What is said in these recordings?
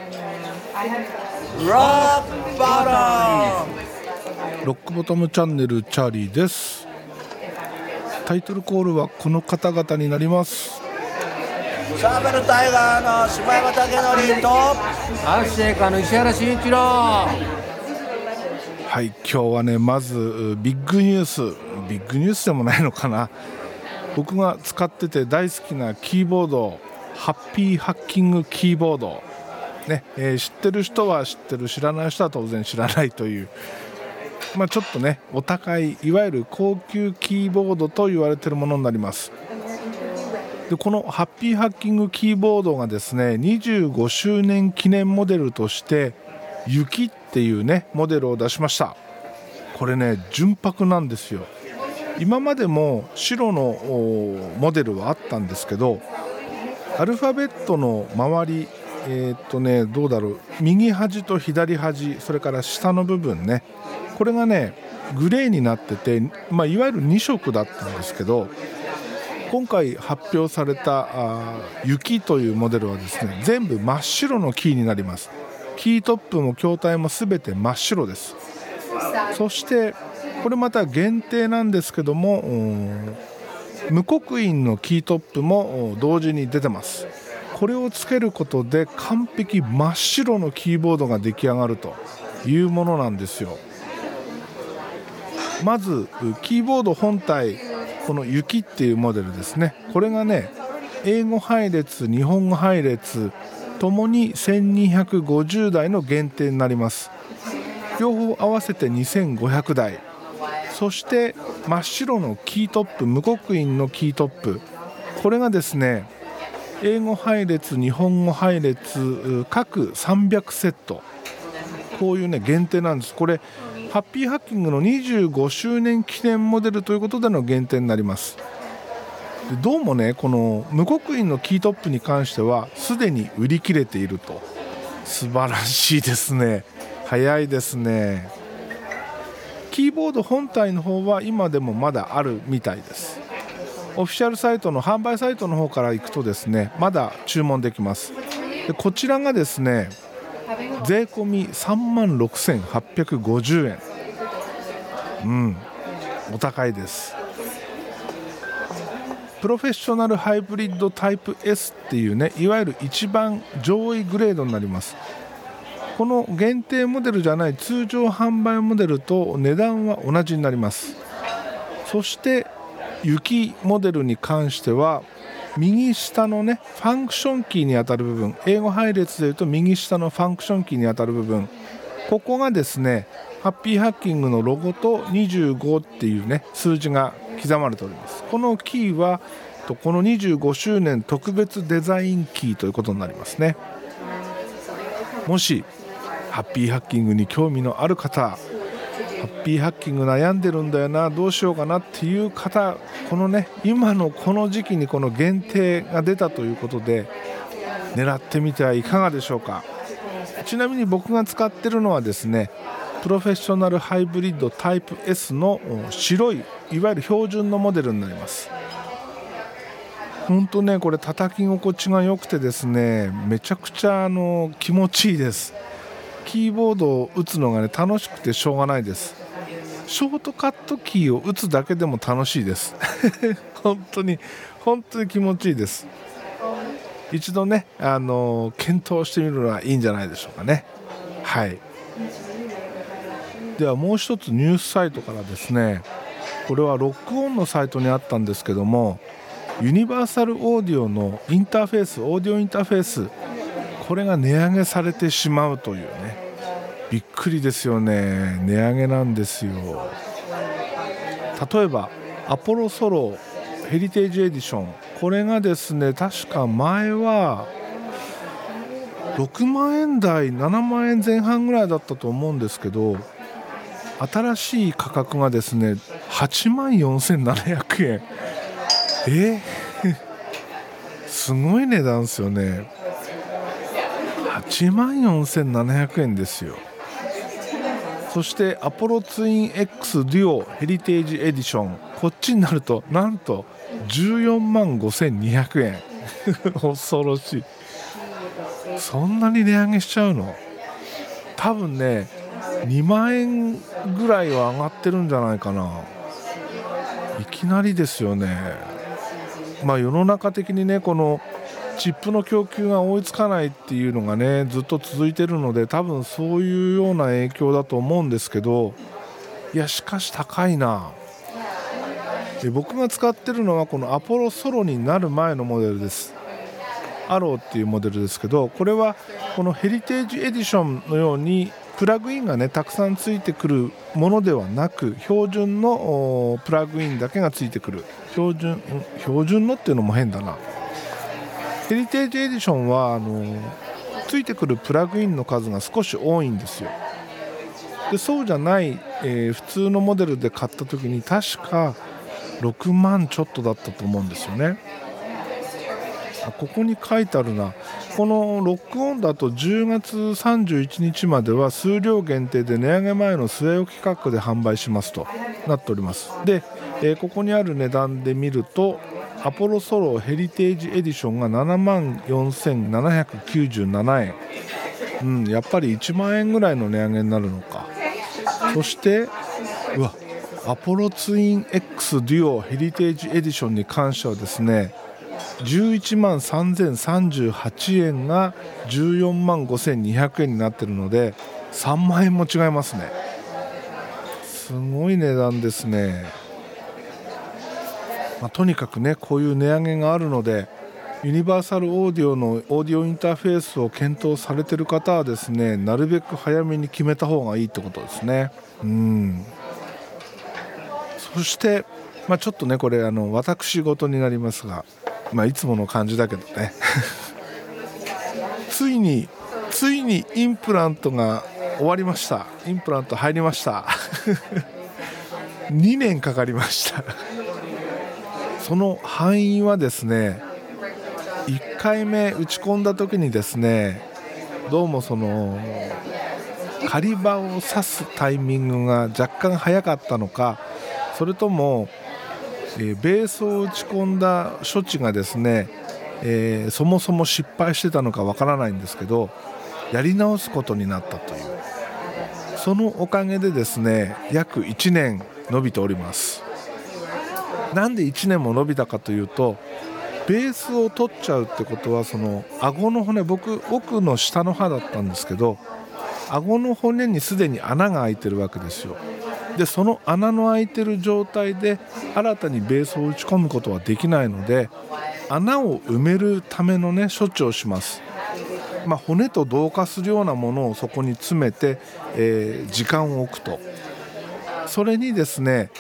ロックボトムチャンネルチャーリーです。タイトルコールはこの方々になります。 サーベルタイガーの柴山武則とアクシェイカーの石原慎一郎。 はい、今日はね、まずビッグニュースでもないのかな。僕が使ってて大好きなキーボード、ハッピーハッキングキーボードね、知ってる人は知ってる、知らない人は当然知らないという、ちょっとねお高い、いわゆる高級キーボードと言われているものになります。でこのハッピーハッキングキーボードがですね、25周年記念モデルとして雪っていうねモデルを出しました。これね純白なんですよ。今までも白のモデルはあったんですけど、アルファベットの周り、どうだろう、右端と左端、それから下の部分ね、これがねグレーになってて、いわゆる2色だったんですけど、今回発表された雪というモデルはですね、全部真っ白のキーになります。キートップも筐体も全て真っ白です。そしてこれまた限定なんですけども、無刻印のキートップも同時に出てます。これをつけることで完璧真っ白のキーボードが出来上がるというものなんですよ。まずキーボード本体、この雪っていうモデルですね、これがね英語配列、日本語配列ともに1250台の限定になります。両方合わせて2500台。そして真っ白のキートップ、無刻印のキートップ、これがですね英語配列、日本語配列各300セット、こういうね限定なんです。これハッピーハッキングの25周年記念モデルということでの限定になります。でどうもね、この無刻印のキートップに関してはすでに売り切れていると。素晴らしいですね、早いですね。キーボード本体の方は今でもまだあるみたいです。オフィシャルサイトの販売サイトの方から行くとですね、まだ注文できます。でこちらがですね税込み36,850円。お高いです。プロフェッショナルハイブリッドタイプ S っていうね、いわゆる一番上位グレードになります。この限定モデルじゃない通常販売モデルと値段は同じになります。そして雪モデルに関しては右下のねファンクションキーに当たる部分、英語配列でいうと右下のファンクションキーに当たる部分、ここがですねハッピーハッキングのロゴと25っていうね数字が刻まれております。このキーはこの25周年特別デザインキーということになりますね。もしハッピーハッキングに興味のある方、ハッピーハッキング悩んでるんだよな、どうしようかなっていう方、このね今のこの時期にこの限定が出たということで狙ってみてはいかがでしょうか。ちなみに僕が使ってるのはですねプロフェッショナルハイブリッドタイプ S の白い、いわゆる標準のモデルになります。本当ねこれ叩き心地が良くてですね、めちゃくちゃ気持ちいいです。キーボードを打つのがね楽しくてしょうがないです。ショートカットキーを打つだけでも楽しいです本当に気持ちいいです。一度ね検討してみるのはいいんじゃないでしょうかね。はい。ではもう一つニュースサイトからですね、これはロックオンのサイトにあったんですけども、ユニバーサルオーディオのインターフェース、オーディオインターフェース、これが値上げされてしまうというね、びっくりですよね。値上げなんですよ。例えばアポロソロヘリテージエディション、これがですね確か前は6万円台7万円前半ぐらいだったと思うんですけど、新しい価格がですね84,700円。すごい値段ですよね。84,700円ですよ。そしてアポロツイン X デュオヘリテージエディション、こっちになるとなんと14万5,200円恐ろしい。 そんなに値上げしちゃうの？多分ね2万円ぐらいは上がってるんじゃないかな。いきなりですよね。世の中的にねこのチップの供給が追いつかないっていうのがねずっと続いてるので、多分そういうような影響だと思うんですけど、いやしかし高いな。で僕が使ってるのはこのアポロソロになる前のモデルです。アローっていうモデルですけど、これはこのヘリテージエディションのようにプラグインがねたくさんついてくるものではなく、標準のプラグインだけがついてくる標準のっていうのも変だな。ヘリテージエディションはついてくるプラグインの数が少し多いんですよ。でそうじゃない、普通のモデルで買った時に確か6万ちょっとだったと思うんですよね。ここに書いてあるな。このロックオンだと10月31日までは数量限定で値上げ前の据え置き価格で販売しますとなっております。で、ここにある値段で見るとアポロソロヘリテージエディションが74,797円、やっぱり1万円ぐらいの値上げになるのか。そしてアポロツイン X デュオヘリテージエディションに関してはですね、11万3038円が14万5200円になっているので3万円も違いますね。すごい値段ですね。とにかくねこういう値上げがあるので、ユニバーサルオーディオのオーディオインターフェースを検討されている方はですね、なるべく早めに決めた方がいいってことですね。そしてちょっとねこれ私事になりますが、いつもの感じだけどねついにインプラントが終わりました。インプラント入りました2年かかりましたその範囲はですね、1回目打ち込んだ時にですね、どうもその狩り場を刺すタイミングが若干早かったのか、それともベースを打ち込んだ処置がですね、そもそも失敗してたのかわからないんですけど、やり直すことになったという、そのおかげでですね約1年伸びております。なんで1年も伸びたかというと、ベースを取っちゃうってことは、その顎の骨、僕奥の下の歯だったんですけど、顎の骨にすでに穴が開いてるわけですよ。でその穴の開いてる状態で新たにベースを打ち込むことはできないので、穴を埋めるための処置をします。骨と同化するようなものをそこに詰めて、時間を置くと、それにですね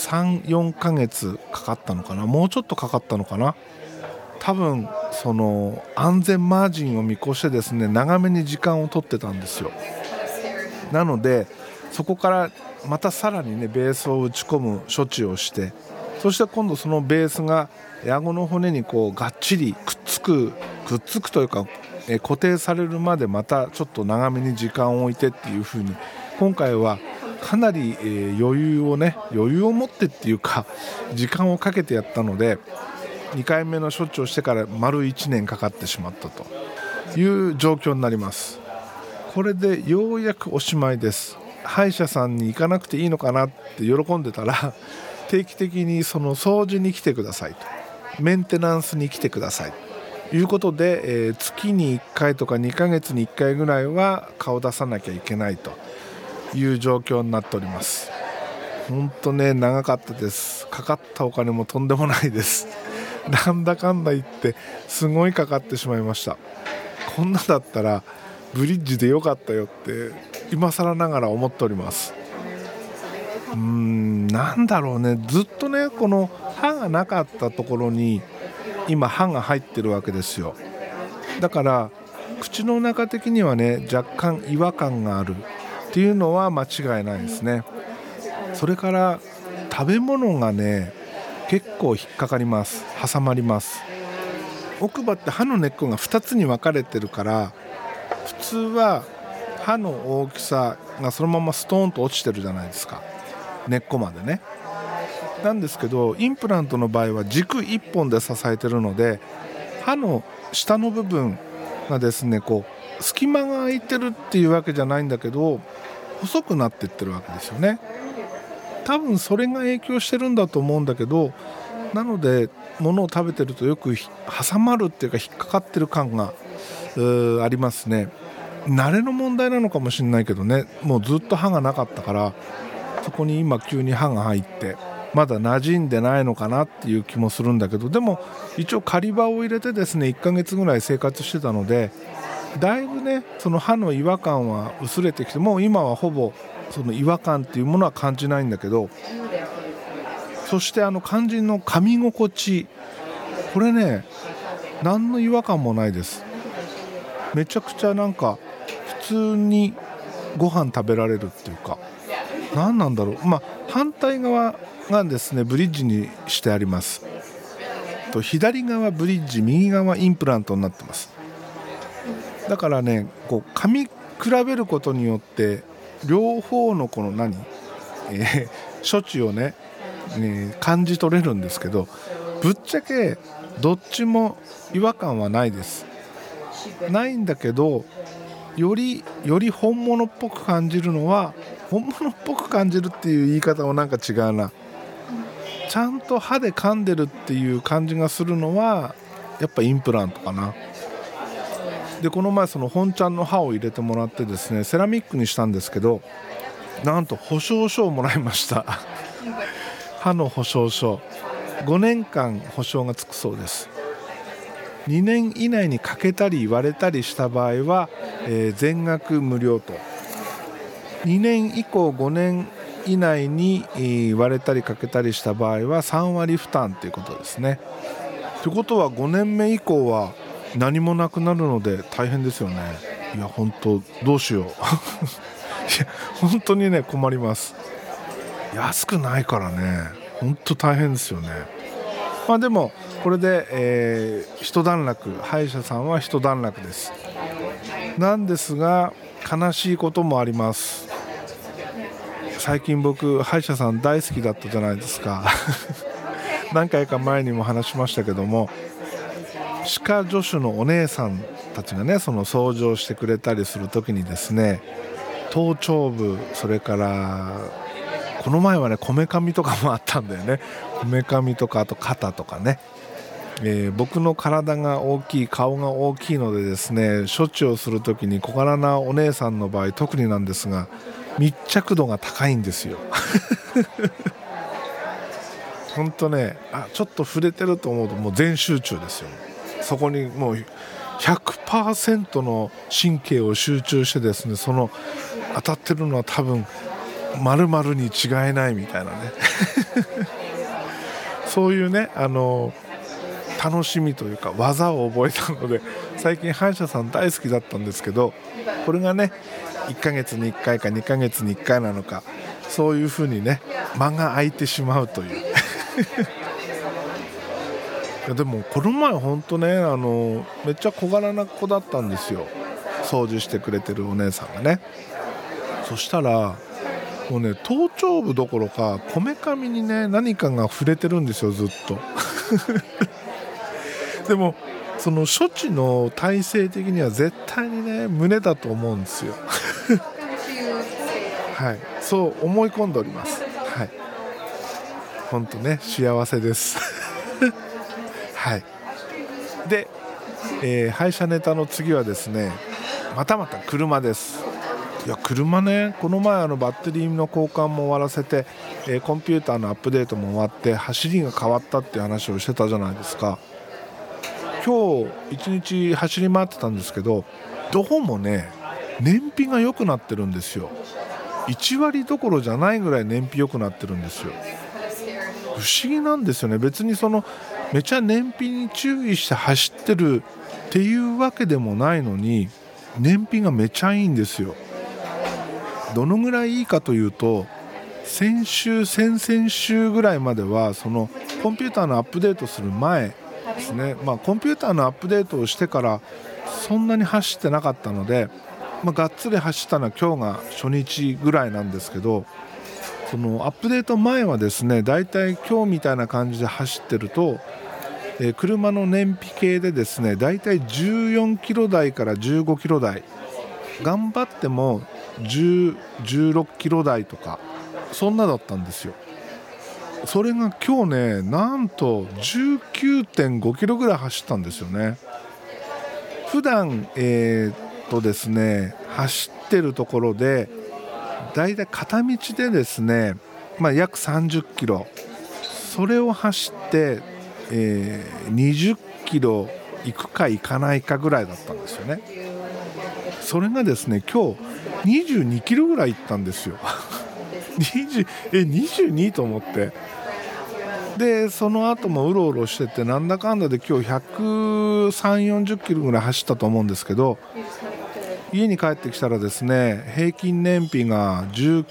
3,4 ヶ月かかったのかな、もうちょっとかかったのかな。多分その安全マージンを見越してですね長めに時間を取ってたんですよ。なのでそこからまたさらにねベースを打ち込む処置をして、そして今度そのベースが顎の骨にこうがっちりくっつくというか、固定されるまでまたちょっと長めに時間を置いてっていう風に、今回はかなり、余裕を持ってっていうか時間をかけてやったので、2回目の処置をしてから丸1年かかってしまったという状況になります。これでようやくおしまいです。歯医者さんに行かなくていいのかなって喜んでたら、定期的にその掃除に来てくださいと、メンテナンスに来てくださいということで、月に1回とか2ヶ月に1回ぐらいは顔出さなきゃいけないという状況になっております。本当ね長かったです。かかったお金もとんでもないです。なんだかんだ言ってすごいかかってしまいました。こんなだったらブリッジでよかったよって今更ながら思っております。なんだろうね、ずっとねこの歯がなかったところに今歯が入ってるわけですよ。だから口の中的にはね若干違和感があるっていうのは間違いないですね。それから食べ物がね結構引っかかります。挟まります。奥歯って歯の根っこが2つに分かれてるから、普通は歯の大きさがそのままストーンと落ちてるじゃないですか、根っこまでね。なんですけどインプラントの場合は軸1本で支えてるので、歯の下の部分がですねこう隙間が空いてるっていうわけじゃないんだけど細くなっていってるわけですよね。多分それが影響してるんだと思うんだけど、なので物を食べてるとよく挟まるっていうか引っかかってる感がありますね。慣れの問題なのかもしれないけどね、もうずっと歯がなかったからそこに今急に歯が入ってまだ馴染んでないのかなっていう気もするんだけど、でも一応狩り場を入れてですね1ヶ月ぐらい生活してたのでだいぶねその歯の違和感は薄れてきて、もう今はほぼその違和感っていうものは感じないんだけど、そして肝心の噛み心地、これね何の違和感もないです。めちゃくちゃなんか普通にご飯食べられるっていうか、何なんだろう、反対側がですねブリッジにしてあります。左側ブリッジ、右側インプラントになってます。だからねこう噛み比べることによって両方のこの処置をね感じ取れるんですけど、ぶっちゃけどっちも違和感はないです。ないんだけどより本物っぽく感じるのは、本物っぽく感じるっていう言い方もなんか違うな、ちゃんと歯で噛んでるっていう感じがするのはやっぱインプラントかな。でこの前その本ちゃんの歯を入れてもらってですねセラミックにしたんですけど、なんと保証書をもらいました歯の保証書、5年間保証がつくそうです。2年以内に欠けたり割れたりした場合は、全額無料と、2年以降5年以内に、割れたり欠けたりした場合は3割負担ということですね。ということは5年目以降は何もなくなるので大変ですよね。いや本当どうしよういや本当にね困ります。安くないからね本当大変ですよね。でもこれで、一段落、歯医者さんは一段落です。なんですが悲しいこともあります。最近僕歯医者さん大好きだったじゃないですか何回か前にも話しましたけども、歯科助手のお姉さんたちがねその掃除をしてくれたりするときにですね、頭頂部、それからこの前はねこめかみとかもあったんだよね。こめかみとかあと肩とかね、僕の体が大きい、顔が大きいのでですね処置をするときに小柄なお姉さんの場合特になんですが密着度が高いんですよ本当ね、ちょっと触れてると思うともう全集中ですよ。そこにもう 100% の神経を集中してですね、その当たってるのは多分丸々に違いないみたいなねそういうね楽しみというか技を覚えたので最近歯医者さん大好きだったんですけど、これがね1ヶ月に1回か2ヶ月に1回なのか、そういう風にね間が空いてしまうといういやでもこの前本当ねめっちゃ小柄な子だったんですよ、掃除してくれてるお姉さんがね。そしたらもうね頭頂部どころかこめかみにね何かが触れてるんですよずっとでもその処置の体制的には絶対にね胸だと思うんですよはい、そう思い込んでおります。はい、本当ね幸せですはいで、歯医者ネタの次はですねまた車です。いや車ね、この前バッテリーの交換も終わらせて、コンピューターのアップデートも終わって走りが変わったっていう話をしてたじゃないですか。今日一日走り回ってたんですけど、どうもね燃費が良くなってるんですよ。1割どころじゃないぐらい燃費良くなってるんですよ。不思議なんですよね。別にめちゃ燃費に注意して走ってるっていうわけでもないのに燃費がめちゃいいんですよ。どのぐらいいいかというと、先々週ぐらいまではそのコンピューターのアップデートする前ですね、コンピューターのアップデートをしてからそんなに走ってなかったので、がっつり走ったのは今日が初日ぐらいなんですけど、そのアップデート前はですねだいたい今日みたいな感じで走ってると、 車の燃費計でですねだいたい14キロ台から15キロ台、頑張っても10、16キロ台とかそんなだったんですよ。それが今日ねなんと 19.5 キロぐらい走ったんですよね。普段ですね走ってるところでだいたい片道でですね、約30キロ、それを走って、20キロ行くか行かないかぐらいだったんですよね。それがですね今日22キロぐらい行ったんですよ22と思って、でその後もうろうろしててなんだかんだで今日130、40キロぐらい走ったと思うんですけど、家に帰ってきたらですね平均燃費が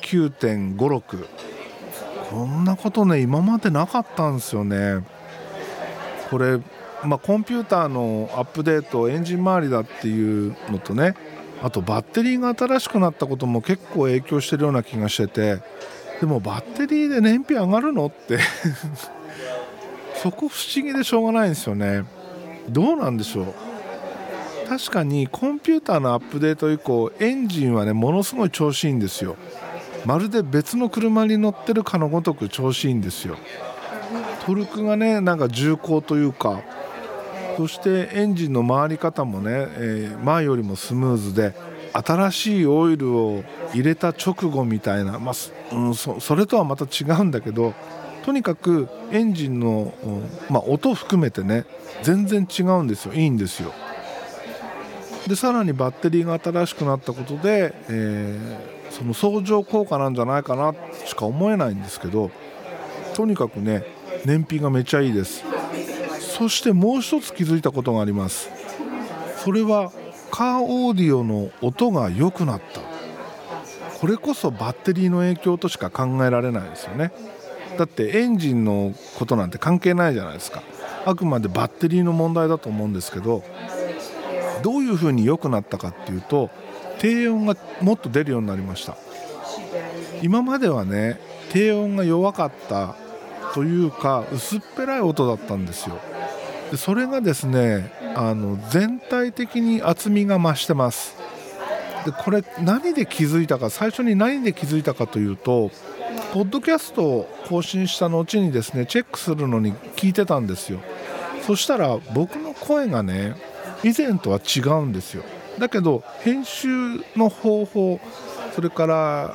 19.56、 こんなことね今までなかったんですよね。これ、コンピューターのアップデート、エンジン周りだっていうのとね、あとバッテリーが新しくなったことも結構影響してるような気がしてて、でもバッテリーで燃費上がるのってそこ不思議でしょうがないんですよね。どうなんでしょう。確かにコンピューターのアップデート以降エンジンはねものすごい調子いいんですよ。まるで別の車に乗ってるかのごとく調子いいんですよ。トルクがねなんか重厚というか、そしてエンジンの回り方もね、前よりもスムーズで、新しいオイルを入れた直後みたいな、それとはまた違うんだけど、とにかくエンジンの、音含めてね全然違うんですよ。いいんですよ。でさらにバッテリーが新しくなったことで、その相乗効果なんじゃないかなしか思えないんですけど、とにかくね燃費がめちゃいいです。そしてもう一つ気づいたことがあります。それはカーオーディオの音が良くなった。これこそバッテリーの影響としか考えられないですよね。だってエンジンのことなんて関係ないじゃないですか。あくまでバッテリーの問題だと思うんですけど、どういうふうに良くなったかっていうと、低音がもっと出るようになりました。今まではね低音が弱かったというか薄っぺらい音だったんですよ。でそれがですね全体的に厚みが増してます。でこれ何で気づいたか、最初に何で気づいたかというと、ポッドキャストを更新した後にですねチェックするのに聞いてたんですよ。そしたら僕の声がね以前とは違うんですよ。だけど編集の方法、それから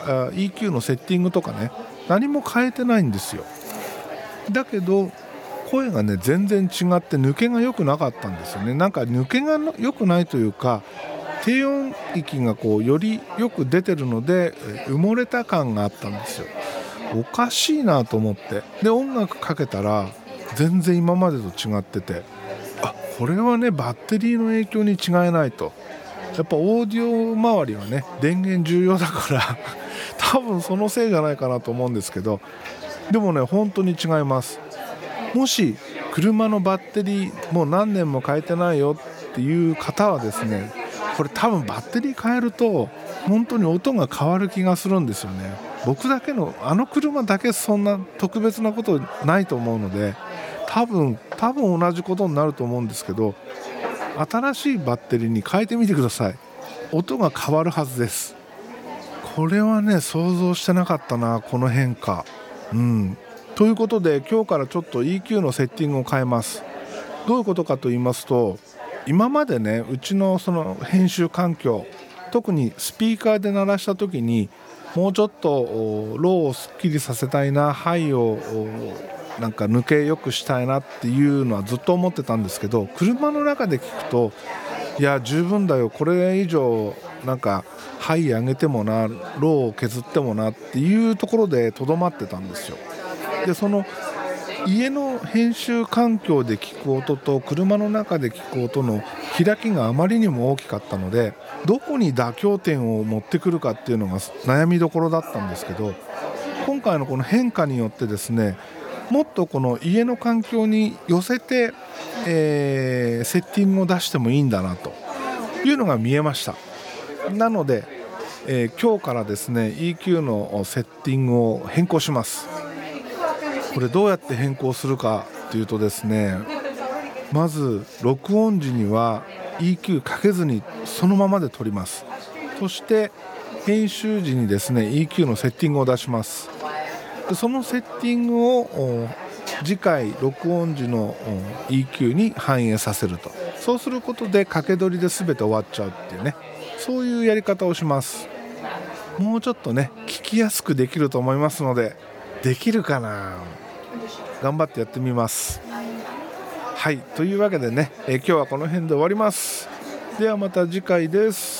EQ のセッティングとかね何も変えてないんですよ。だけど声がね全然違って抜けが良くなかったんですよね。なんか抜けが良くないというか、低音域がこうよりよく出てるので埋もれた感があったんですよ。おかしいなと思って、で音楽かけたら全然今までと違ってて、これはねバッテリーの影響に違いないと。やっぱオーディオ周りはね電源重要だから多分そのせいじゃないかなと思うんですけど、でもね本当に違います。もし車のバッテリーもう何年も変えてないよっていう方はですね、これ多分バッテリー変えると本当に音が変わる気がするんですよね。僕だけの車だけそんな特別なことないと思うので、多分同じことになると思うんですけど、新しいバッテリーに変えてみてください。音が変わるはずです。これはね想像してなかったな、この変化。ということで今日からちょっと EQ のセッティングを変えます。どういうことかと言いますと、今までねうちのその編集環境、特にスピーカーで鳴らした時にもうちょっとローをすっきりさせたいな、ハイをなんか抜けよくしたいなっていうのはずっと思ってたんですけど、車の中で聞くといや十分だよ、これ以上なんかハイ上げてもな、ローを削ってもなっていうところでとどまってたんですよ。でその家の編集環境で聞く音と車の中で聞く音の開きがあまりにも大きかったので、どこに妥協点を持ってくるかっていうのが悩みどころだったんですけど、今回のこの変化によってですね、もっとこの家の環境に寄せて、セッティングを出してもいいんだなというのが見えました。なので、今日からですね EQ のセッティングを変更します。これどうやって変更するかというとですね、 まず録音時には EQ かけずにそのままで撮ります。そして編集時にですね EQ のセッティングを出します。でそのセッティングを次回録音時の EQ に反映させると。そうすることで掛け取りで全て終わっちゃうっていうね、そういうやり方をします。もうちょっとね聞きやすくできると思いますので、できるかな、頑張ってやってみます。はい、というわけでね、今日はこの辺で終わります。ではまた次回です。